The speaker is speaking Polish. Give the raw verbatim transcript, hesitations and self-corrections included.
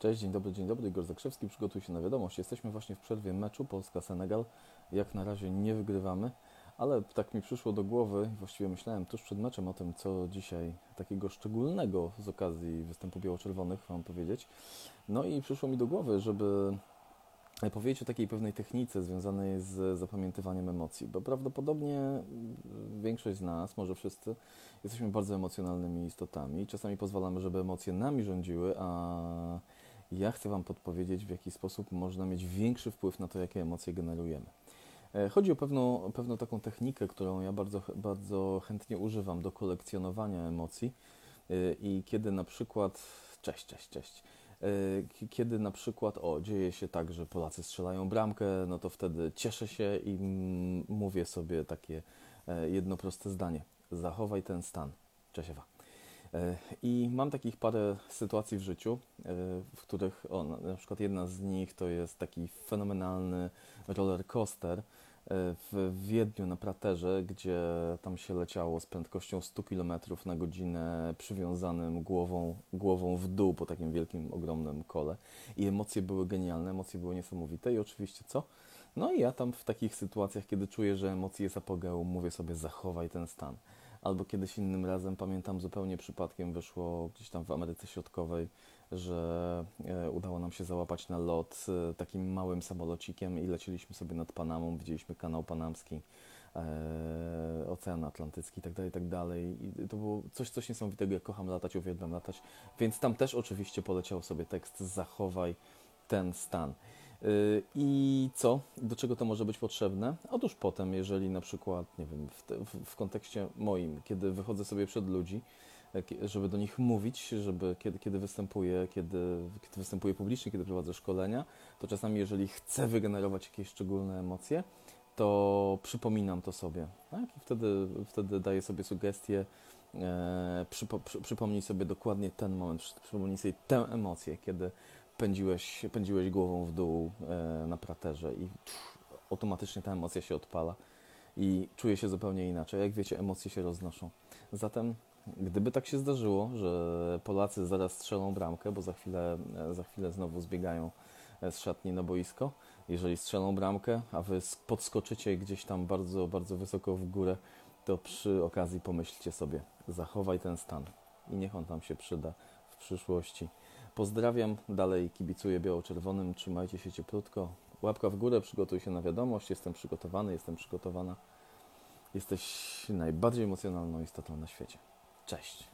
Cześć, dzień dobry, dzień dobry, Igor Zakrzewski, przygotuj się na wiadomość. Jesteśmy właśnie w przerwie meczu Polska-Senegal. Jak na razie nie wygrywamy, ale tak mi przyszło do głowy, właściwie myślałem tuż przed meczem o tym, co dzisiaj takiego szczególnego z okazji występu biało-czerwonych wam powiedzieć. No i przyszło mi do głowy, żeby powiedzieć o takiej pewnej technice związanej z zapamiętywaniem emocji, bo prawdopodobnie większość z nas, może wszyscy, jesteśmy bardzo emocjonalnymi istotami. Czasami pozwalamy, żeby emocje nami rządziły, a ja chcę Wam podpowiedzieć, w jaki sposób można mieć większy wpływ na to, jakie emocje generujemy. Chodzi o pewną, pewną taką technikę, którą ja bardzo, bardzo chętnie używam do kolekcjonowania emocji i kiedy na przykład... Cześć, cześć, cześć. Kiedy na przykład, o, dzieje się tak, że Polacy strzelają bramkę, no to wtedy cieszę się i mówię sobie takie jedno proste zdanie. Zachowaj ten stan. Cześć Ewa. I mam takich parę sytuacji w życiu, w których, o, na przykład jedna z nich to jest taki fenomenalny roller coaster w Wiedniu na Praterze, gdzie tam się leciało z prędkością sto kilometrów na godzinę przywiązanym głową, głową w dół po takim wielkim, ogromnym kole. I emocje były genialne, emocje były niesamowite i oczywiście co? No i ja tam w takich sytuacjach, kiedy czuję, że emocje jest apogeum, mówię sobie zachowaj ten stan. Albo kiedyś innym razem, pamiętam, zupełnie przypadkiem wyszło gdzieś tam w Ameryce Środkowej, że e, udało nam się załapać na lot e, takim małym samolocikiem i lecieliśmy sobie nad Panamą, widzieliśmy kanał panamski, e, Ocean Atlantycki itd., itd. I to było coś, coś niesamowitego. Ja kocham latać, uwielbiam latać, więc tam też oczywiście poleciał sobie tekst zachowaj ten stan. I co? Do czego to może być potrzebne? Otóż potem, jeżeli na przykład, nie wiem, w, te, w, w kontekście moim, kiedy wychodzę sobie przed ludzi, żeby do nich mówić, żeby kiedy, kiedy występuję, kiedy, kiedy występuję publicznie, kiedy prowadzę szkolenia, to czasami jeżeli chcę wygenerować jakieś szczególne emocje, to przypominam to sobie, tak? I wtedy, wtedy daję sobie sugestie, e, przypo, przy, przypomnij sobie dokładnie ten moment, przypomnij sobie tę emocję, kiedy pędziłeś, pędziłeś głową w dół e, na praterze i pff, automatycznie ta emocja się odpala i czuje się zupełnie inaczej. Jak wiecie, emocje się roznoszą. Zatem, gdyby tak się zdarzyło, że Polacy zaraz strzelą bramkę, bo za chwilę, za chwilę znowu zbiegają z szatni na boisko, jeżeli strzelą bramkę, a wy podskoczycie gdzieś tam bardzo, bardzo wysoko w górę, to przy okazji pomyślcie sobie, zachowaj ten stan i niech on tam się przyda w przyszłości. Pozdrawiam, dalej kibicuję biało-czerwonym, trzymajcie się cieplutko, łapka w górę, przygotuj się na wiadomość, jestem przygotowany, jestem przygotowana. Jesteś najbardziej emocjonalną istotą na świecie. Cześć!